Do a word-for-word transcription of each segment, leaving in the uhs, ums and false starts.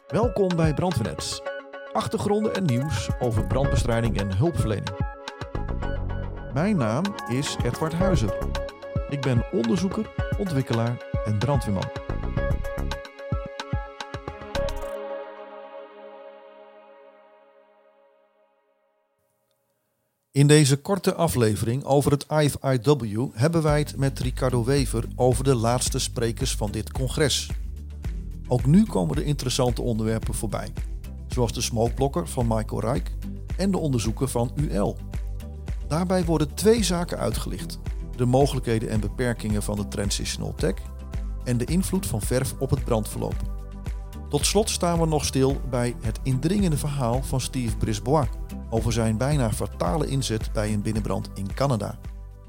Welkom bij Brandweernet. Achtergronden en nieuws over brandbestrijding en hulpverlening. Mijn naam is Edward Huizer. Ik ben onderzoeker, ontwikkelaar en brandweerman. In deze korte aflevering over het I F I W hebben wij het met Ricardo Wever over de laatste sprekers van dit congres. Ook nu komen er interessante onderwerpen voorbij, zoals de smokeblokker van Michael Reich en de onderzoeken van U L. Daarbij worden twee zaken uitgelicht: de mogelijkheden en beperkingen van de transitional tech en de invloed van verf op het brandverloop. Tot slot staan we nog stil bij het indringende verhaal van Steve Brisbois over zijn bijna fatale inzet bij een binnenbrand in Canada.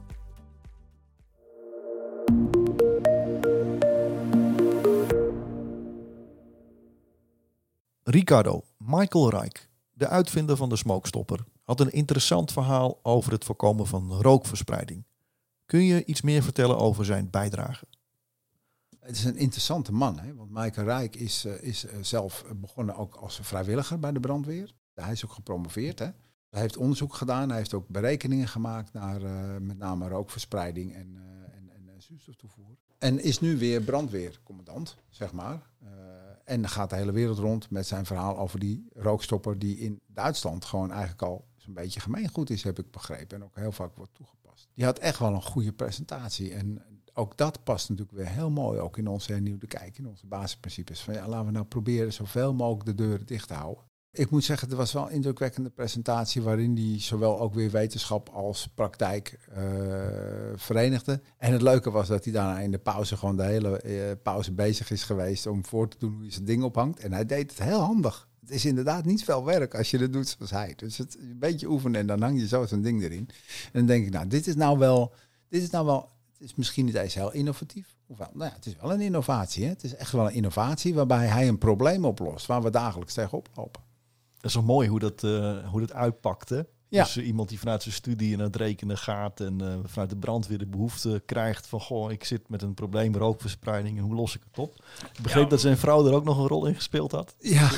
Ricardo, Michael Reich, de uitvinder van de smokestopper, had een interessant verhaal over het voorkomen van rookverspreiding. Kun je iets meer vertellen over zijn bijdrage? Het is een interessante man, hè? Want Michael Reich is, uh, is uh, zelf begonnen ook als vrijwilliger bij de brandweer. Hij is ook gepromoveerd. Hè? Hij heeft onderzoek gedaan, hij heeft ook berekeningen gemaakt naar uh, met name rookverspreiding en, uh, en, en uh, zuurstoftoevoer. En is nu weer brandweercommandant, zeg maar. Uh, en gaat de hele wereld rond met zijn verhaal over die rookstopper die in Duitsland gewoon eigenlijk al zo'n beetje gemeengoed is, heb ik begrepen. En ook heel vaak wordt toegepast. Die had echt wel een goede presentatie. En ook dat past natuurlijk weer heel mooi ook in onze hernieuwde kijk, in onze basisprincipes. Van ja, laten we nou proberen zoveel mogelijk de deuren dicht te houden. Ik moet zeggen, het was wel een indrukwekkende presentatie waarin die zowel ook weer wetenschap als praktijk uh, verenigde. En het leuke was dat hij daarna in de pauze gewoon de hele uh, pauze bezig is geweest om voor te doen hoe je zijn ding ophangt. En hij deed het heel handig. Het is inderdaad niet veel werk als je het doet zoals hij. Dus het een beetje oefenen en dan hang je zo zo'n ding erin. En dan denk ik, nou, dit is nou wel, dit is nou wel, het is misschien niet eens heel innovatief. Ofwel, nou ja, het is wel een innovatie. Hè? Het is echt wel een innovatie waarbij hij een probleem oplost waar we dagelijks tegenop lopen. Dat is wel mooi hoe dat, uh, hoe dat uitpakte. Ja. Dus uh, iemand die vanuit zijn studie en het rekenen gaat en uh, vanuit de brandweer de behoefte krijgt van goh, ik zit met een probleem rookverspreiding en hoe los ik het op? Ik begreep ja. dat zijn vrouw er ook nog een rol in gespeeld had. Ja.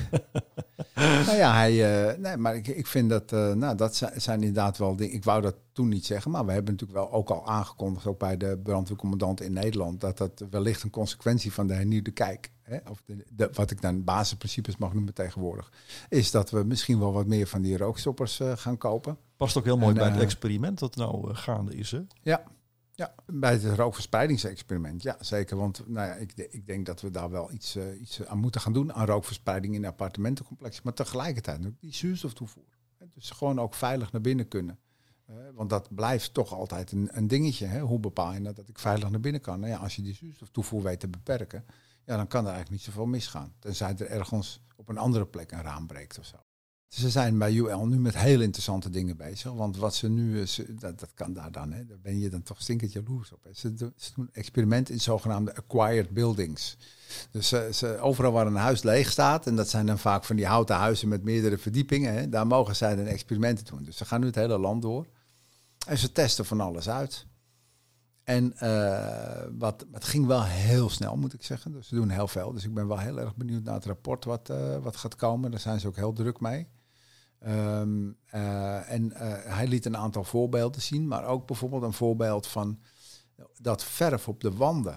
nou ja, hij, uh, nee, maar ik, ik vind dat, uh, nou, dat zijn inderdaad wel dingen. Ik wou dat toen niet zeggen, maar we hebben natuurlijk wel ook al aangekondigd, ook bij de brandweercommandant in Nederland, dat dat wellicht een consequentie van de hernieuwde kijk, hè, of de, de, wat ik dan basisprincipes mag noemen tegenwoordig, is dat we misschien wel wat meer van die rookstoppers uh, gaan kopen. Past ook heel mooi en, bij uh, het experiment dat nou uh, gaande is, hè? Ja. Ja, bij het rookverspreidingsexperiment, ja zeker. Want nou ja, ik, ik denk dat we daar wel iets, uh, iets aan moeten gaan doen aan rookverspreiding in appartementencomplexen. Maar tegelijkertijd ook die zuurstoftoevoer. Dus gewoon ook veilig naar binnen kunnen. Uh, want dat blijft toch altijd een, een dingetje. Hè? Hoe bepaal je nou dat ik veilig naar binnen kan? Nou ja, als je die zuurstoftoevoer weet te beperken, ja, dan kan er eigenlijk niet zoveel misgaan. Tenzij er ergens op een andere plek een raam breekt of zo. Ze zijn bij U L nu met heel interessante dingen bezig. Want wat ze nu, ze, dat, dat kan daar dan, hè, daar ben je dan toch stinkend jaloers op. Hè. Ze, doen, ze doen experimenten in zogenaamde acquired buildings. Dus ze, ze, overal waar een huis leeg staat, en dat zijn dan vaak van die houten huizen met meerdere verdiepingen, hè, daar mogen zij dan experimenten doen. Dus ze gaan nu het hele land door. En ze testen van alles uit. En uh, wat, het ging wel heel snel, moet ik zeggen. Dus ze doen heel veel. Dus ik ben wel heel erg benieuwd naar het rapport wat, uh, wat gaat komen. Daar zijn ze ook heel druk mee. Um, uh, en uh, hij liet een aantal voorbeelden zien, maar ook bijvoorbeeld een voorbeeld van dat verf op de wanden.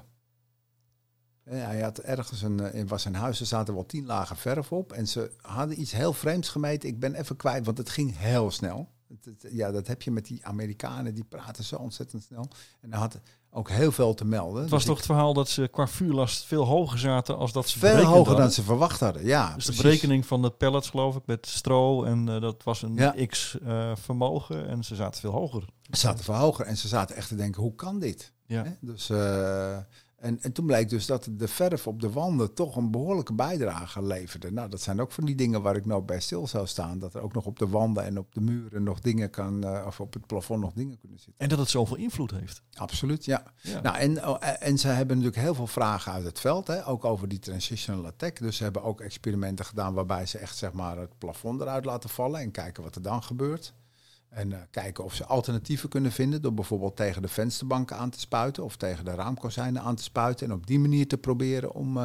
En hij had ergens een, in was een huis, er zaten wel tien lagen verf op en ze hadden iets heel vreemds gemeten. Ik ben even kwijt, want het ging heel snel. Het, het, ja, dat heb je met die Amerikanen, die praten zo ontzettend snel. En hij had ook heel veel te melden. Het was dus toch ik, het verhaal dat ze qua vuurlast veel hoger zaten als dat ze veel berekend hoger hadden. dan ze verwacht hadden, ja. Dus precies. de berekening van de pellets, geloof ik, met stro en uh, dat was een ja. x uh, vermogen en ze zaten veel hoger. Ze zaten veel hoger en ze zaten echt te denken, hoe kan dit? Ja. Hè? Dus, uh, en, en toen bleek dus dat de verf op de wanden toch een behoorlijke bijdrage leverde. Nou, dat zijn ook van die dingen waar ik nou bij stil zou staan. Dat er ook nog op de wanden en op de muren nog dingen kan, uh, of op het plafond nog dingen kunnen zitten. En dat het zoveel invloed heeft. Absoluut, ja. ja. Nou, en, en ze hebben natuurlijk heel veel vragen uit het veld, hè, ook over die transitional attack. Dus ze hebben ook experimenten gedaan waarbij ze echt zeg maar het plafond eruit laten vallen en kijken wat er dan gebeurt. En uh, kijken of ze alternatieven kunnen vinden door bijvoorbeeld tegen de vensterbanken aan te spuiten of tegen de raamkozijnen aan te spuiten. En op die manier te proberen om uh,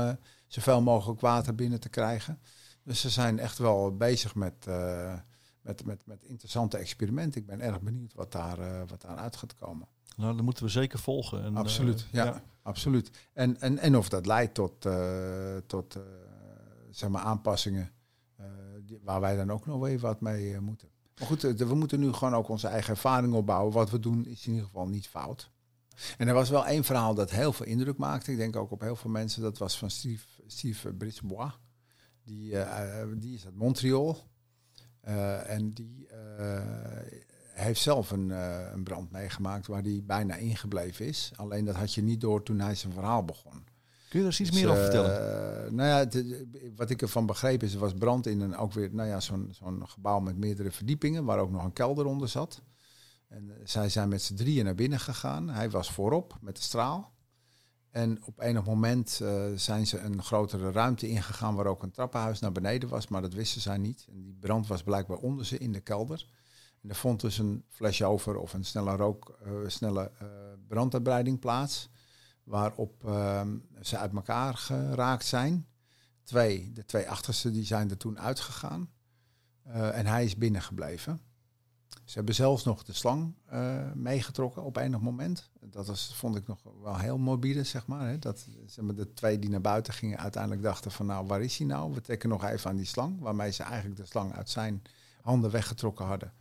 zoveel mogelijk water binnen te krijgen. Dus ze zijn echt wel bezig met, uh, met, met, met interessante experimenten. Ik ben erg benieuwd wat daar, uh, wat daar uit gaat komen. Nou, dat moeten we zeker volgen. En, absoluut, uh, ja, ja, absoluut. En, en, en of dat leidt tot, uh, tot uh, zeg maar aanpassingen uh, die, waar wij dan ook nog weer wat mee uh, moeten. Maar goed, uh, we moeten nu gewoon ook onze eigen ervaring opbouwen. Wat we doen is in ieder geval niet fout. En er was wel één verhaal dat heel veel indruk maakte. Ik denk ook op heel veel mensen. Dat was van Steve, Steve Brisbois. Die, uh, die is uit Montreal. Uh, en die uh, heeft zelf een, uh, een brand meegemaakt waar hij bijna ingebleven is. Alleen dat had je niet door toen hij zijn verhaal begon. Kun je er eens iets dus, meer over uh, vertellen? Nou ja, de, wat ik ervan begreep is, er was brand in een ook weer, nou ja, zo'n, zo'n gebouw met meerdere verdiepingen, waar ook nog een kelder onder zat. En uh, zij zijn met z'n drieën naar binnen gegaan. Hij was voorop met de straal. En op enig moment uh, zijn ze een grotere ruimte ingegaan waar ook een trappenhuis naar beneden was, maar dat wisten zij niet. En die brand was blijkbaar onder ze in de kelder. En er vond dus een flashover of een snelle rook, uh, snelle uh, branduitbreiding plaats, waarop uh, ze uit elkaar geraakt zijn. Twee, de twee achterste die zijn er toen uitgegaan. Uh, en hij is binnengebleven. Ze hebben zelfs nog de slang uh, meegetrokken op enig moment. Dat was, vond ik nog wel heel morbide, zeg maar. Hè? Dat zeg maar, de twee die naar buiten gingen uiteindelijk dachten van, nou, waar is hij nou? We trekken nog even aan die slang, waarmee ze eigenlijk de slang uit zijn handen weggetrokken hadden.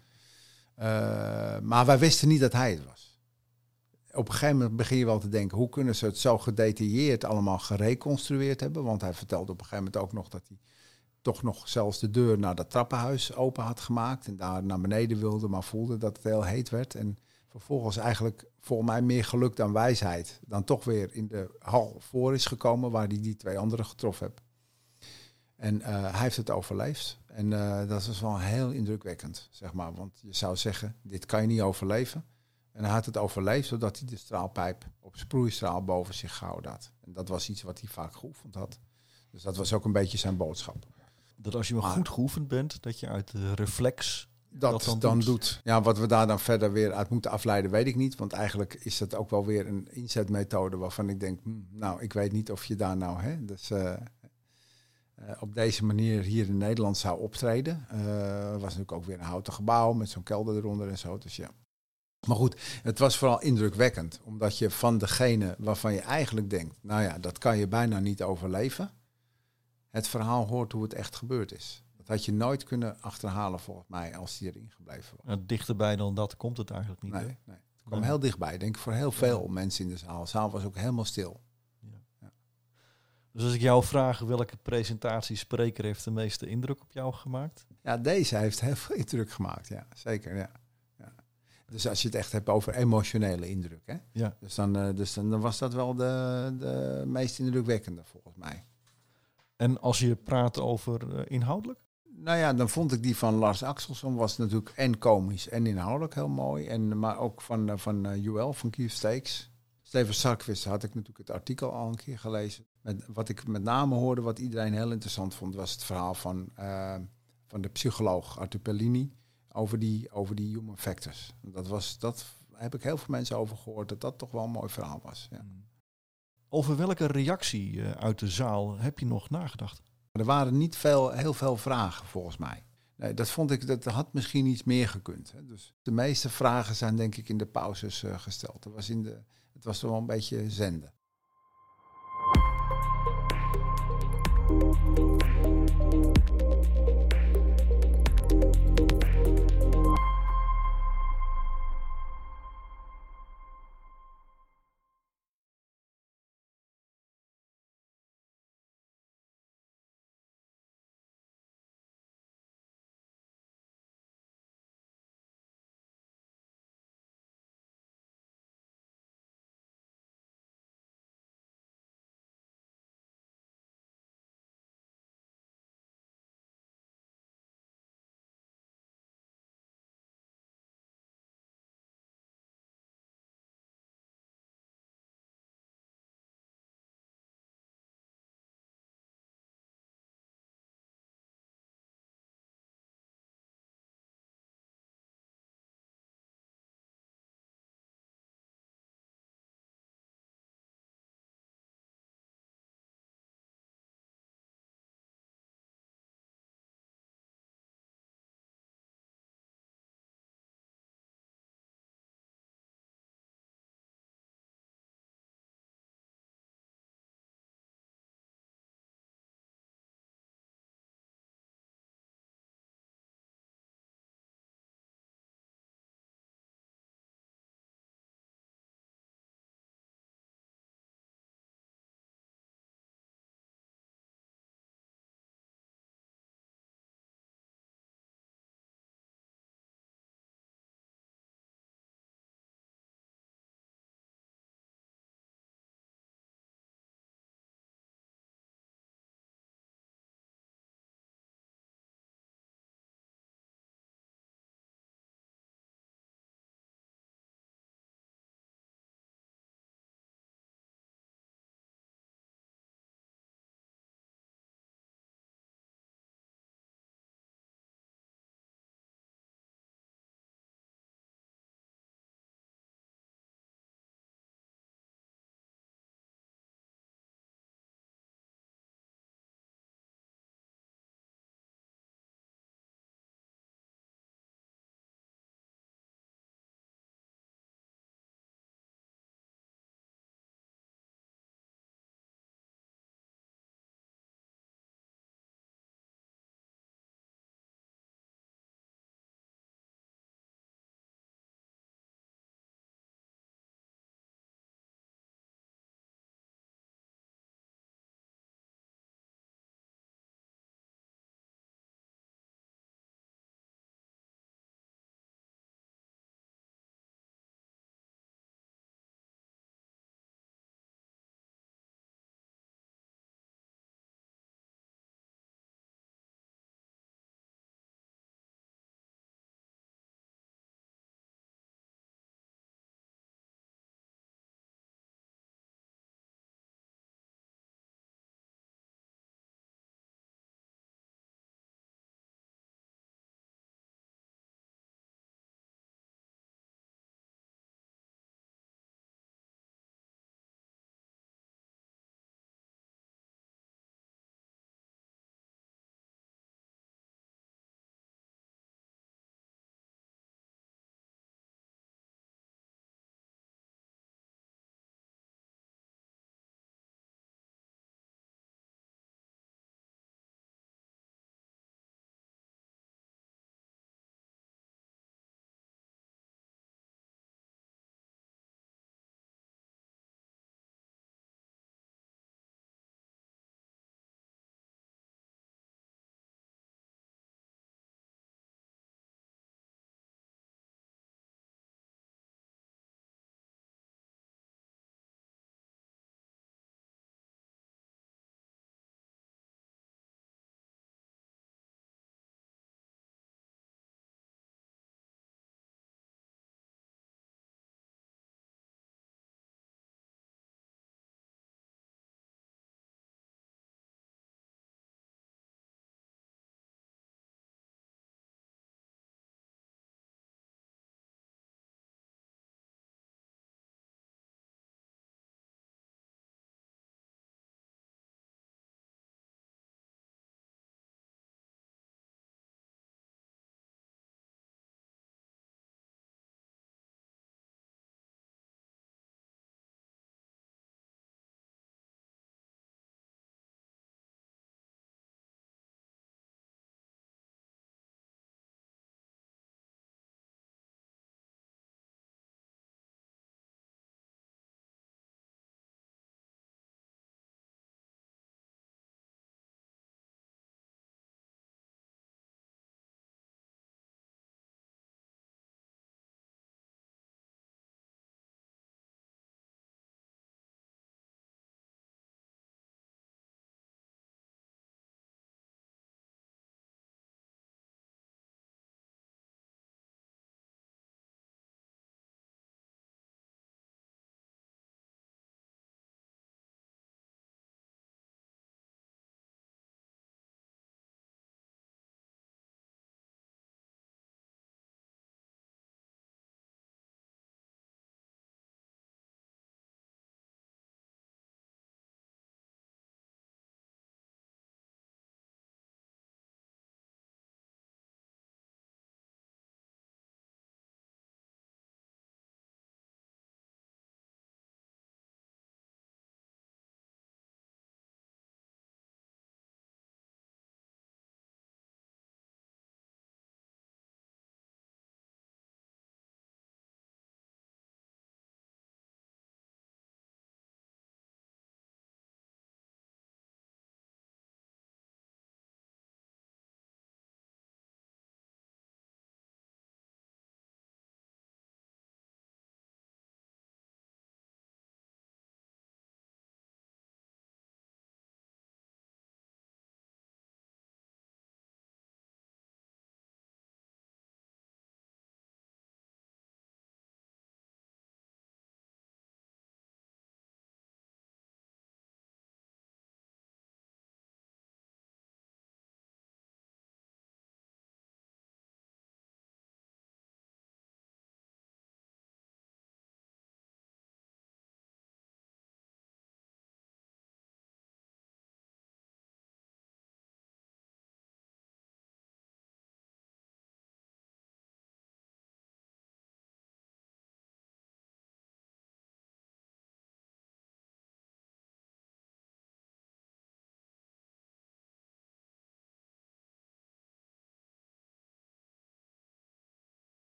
Uh, maar wij wisten niet dat hij het was. Op een gegeven moment begin je wel te denken, hoe kunnen ze het zo gedetailleerd allemaal gereconstrueerd hebben? Want hij vertelde op een gegeven moment ook nog dat hij toch nog zelfs de deur naar dat trappenhuis open had gemaakt en daar naar beneden wilde, maar voelde dat het heel heet werd. En vervolgens eigenlijk volgens mij meer geluk dan wijsheid dan toch weer in de hal voor is gekomen waar hij die twee anderen getroffen heeft. En uh, hij heeft het overleefd. En uh, dat is wel heel indrukwekkend, zeg maar. Want je zou zeggen, dit kan je niet overleven. En hij had het overleefd doordat hij de straalpijp op sproeistraal boven zich gehouden had. En dat was iets wat hij vaak geoefend had. Dus dat was ook een beetje zijn boodschap. Dat als je maar goed geoefend bent, dat je uit de reflex dat, dat dan, dan doet. doet. Ja, wat we daar dan verder weer uit moeten afleiden, weet ik niet. Want eigenlijk is dat ook wel weer een inzetmethode waarvan ik denk, hm, nou, ik weet niet of je daar nou, hè, dus uh, uh, op deze manier hier in Nederland zou optreden. Uh, was natuurlijk ook weer een houten gebouw met zo'n kelder eronder en zo. Dus ja. Maar goed, het was vooral indrukwekkend. Omdat je van degene waarvan je eigenlijk denkt, nou ja, dat kan je bijna niet overleven, het verhaal hoort hoe het echt gebeurd is. Dat had je nooit kunnen achterhalen volgens mij als die erin gebleven was. Nou, dichterbij dan dat komt het eigenlijk niet. Nee, hè? nee. Het kwam nee. heel dichtbij, denk ik, voor heel veel ja. mensen in de zaal. De zaal was ook helemaal stil. Ja. Ja. Dus als ik jou vraag, welke presentatiespreker heeft de meeste indruk op jou gemaakt? Ja, deze heeft heel veel indruk gemaakt, ja. Zeker, ja. ja. Dus als je het echt hebt over emotionele indruk, hè. Ja. Dus, dan, uh, dus dan, dan was dat wel de, de meest indrukwekkende, volgens mij. En als je praat over uh, inhoudelijk? Nou ja, dan vond ik die van Lars Axelsson was natuurlijk en komisch en inhoudelijk heel mooi. En, maar ook van, uh, van uh, Joël van Kiev Steaks. Steven Sarkvist had ik natuurlijk het artikel al een keer gelezen. Met, wat ik met name hoorde, wat iedereen heel interessant vond, was het verhaal van, uh, van de psycholoog Arthur Pellini over die, over die human factors. Dat, was, dat heb ik heel veel mensen over gehoord, dat dat toch wel een mooi verhaal was. Ja. Over welke reactie uh, uit de zaal heb je nog nagedacht? Er waren niet veel, heel veel vragen volgens mij. Nee, dat vond ik, dat had misschien iets meer gekund. Hè. Dus de meeste vragen zijn denk ik in de pauzes uh, gesteld. Er was in de, het was toch wel een beetje zenden.